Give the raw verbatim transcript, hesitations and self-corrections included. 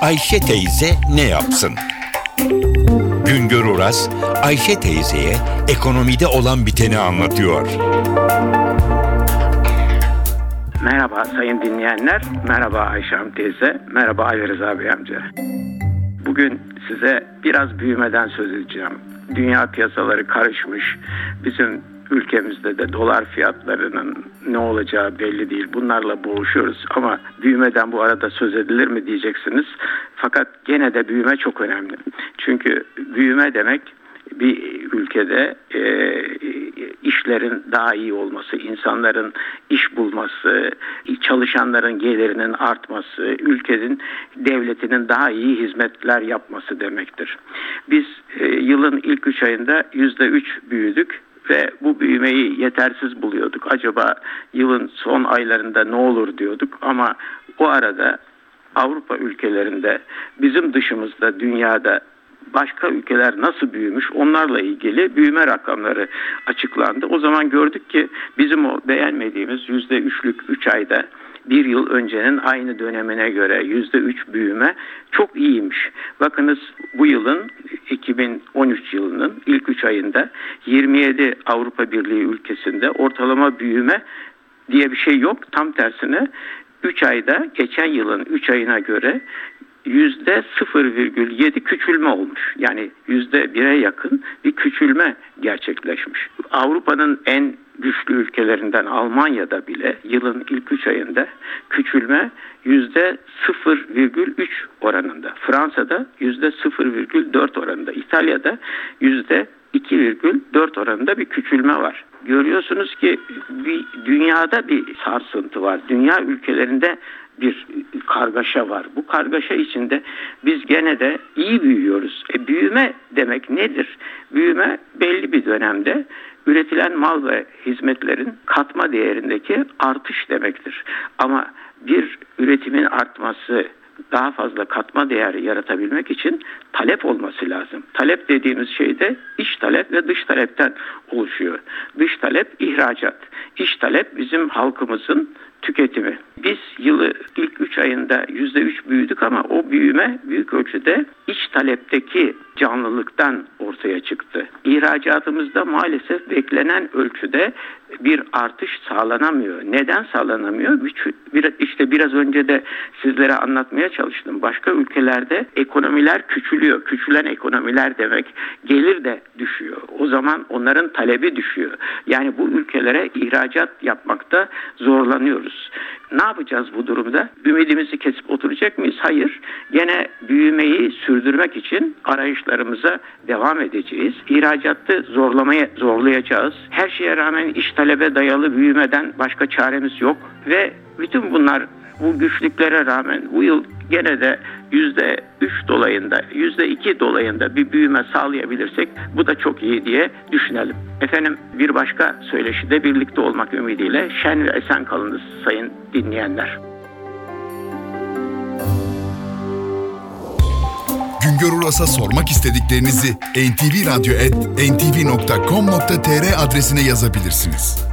Ayşe teyze ne yapsın? Güngör Oras, Ayşe teyzeye ekonomide olan biteni anlatıyor. Merhaba sayın dinleyenler, merhaba Ayşe Hanım teyze, merhaba Ali Rıza Bey amca. Bugün size biraz büyümeden söz edeceğim. Dünya piyasaları karışmış, bizim ülkemizde de dolar fiyatlarının ne olacağı belli değil. Bunlarla boğuşuyoruz ama büyümeden bu arada söz edilir mi diyeceksiniz. Fakat gene de büyüme çok önemli. Çünkü büyüme demek bir ülkede e, işlerin daha iyi olması, insanların iş bulması, çalışanların gelirinin artması, ülkenin, devletinin daha iyi hizmetler yapması demektir. Biz e, yılın ilk üç ayında yüzde üç büyüdük ve bu büyümeyi yetersiz buluyorduk. Acaba yılın son aylarında ne olur diyorduk ama o arada Avrupa ülkelerinde, bizim dışımızda, dünyada başka ülkeler nasıl büyümüş, onlarla ilgili büyüme rakamları açıklandı. O zaman gördük ki bizim o beğenmediğimiz yüzde üçlük üç ayda bir yıl öncenin aynı dönemine göre yüzde üç büyüme çok iyiymiş. Bakınız bu yılın iki bin on üç yılının ilk üç ayında yirmi yedi Avrupa Birliği ülkesinde ortalama büyüme diye bir şey yok. Tam tersine üç ayda geçen yılın üç ayına göre yüzde sıfır virgül yedi küçülme olmuş. Yani yüzde bire yakın bir küçülme gerçekleşmiş. Avrupa'nın en güçlü ülkelerinden Almanya'da bile yılın ilk üç ayında küçülme yüzde sıfır virgül üç oranında. Fransa'da yüzde sıfır virgül dört oranında. İtalya'da yüzde iki virgül dört oranında bir küçülme var. Görüyorsunuz ki bir dünyada bir sarsıntı var. Dünya ülkelerinde bir kargaşa var. Bu kargaşa içinde biz gene de iyi büyüyoruz. E, büyüme demek nedir? Büyüme belli bir dönemde üretilen mal ve hizmetlerin katma değerindeki artış demektir. Ama bir üretimin artması, daha fazla katma değer yaratabilmek için talep olması lazım. Talep dediğimiz şey de iç talep ve dış talepten oluşuyor. Dış talep ihracat, iç talep bizim halkımızın tüketimi. Biz yılı ilk üç ayında yüzde üç büyüdük ama o büyüme büyük ölçüde iç talepteki canlılıktan ortaya çıktı. İhracatımızda maalesef beklenen ölçüde bir artış sağlanamıyor. Neden sağlanamıyor? İşte biraz önce de sizlere anlatmaya çalıştım. Başka ülkelerde ekonomiler küçülüyor. Küçülen ekonomiler demek gelir de düşüyor. O zaman onların talebi düşüyor. Yani bu ülkelere ihracat yapmakta zorlanıyoruz. Ne yapacağız bu durumda? Ümidimizi kesip oturacak mıyız? Hayır. Gene büyümeyi sürdürmek için arayışlarımıza devam edeceğiz. İhracatı zorlamaya zorlayacağız. Her şeye rağmen iş talebe dayalı büyümeden başka çaremiz yok ve bütün bunlar, bu güçlüklere rağmen bu yıl gene de yüzde üç dolayında, yüzde iki dolayında bir büyüme sağlayabilirsek bu da çok iyi diye düşünelim. Efendim, bir başka söyleşide birlikte olmak ümidiyle şen ve esen kalınız sayın dinleyenler. Güngör Oras'a sormak istediklerinizi en ti vi radyo et en ti vi nokta com nokta tr adresine yazabilirsiniz.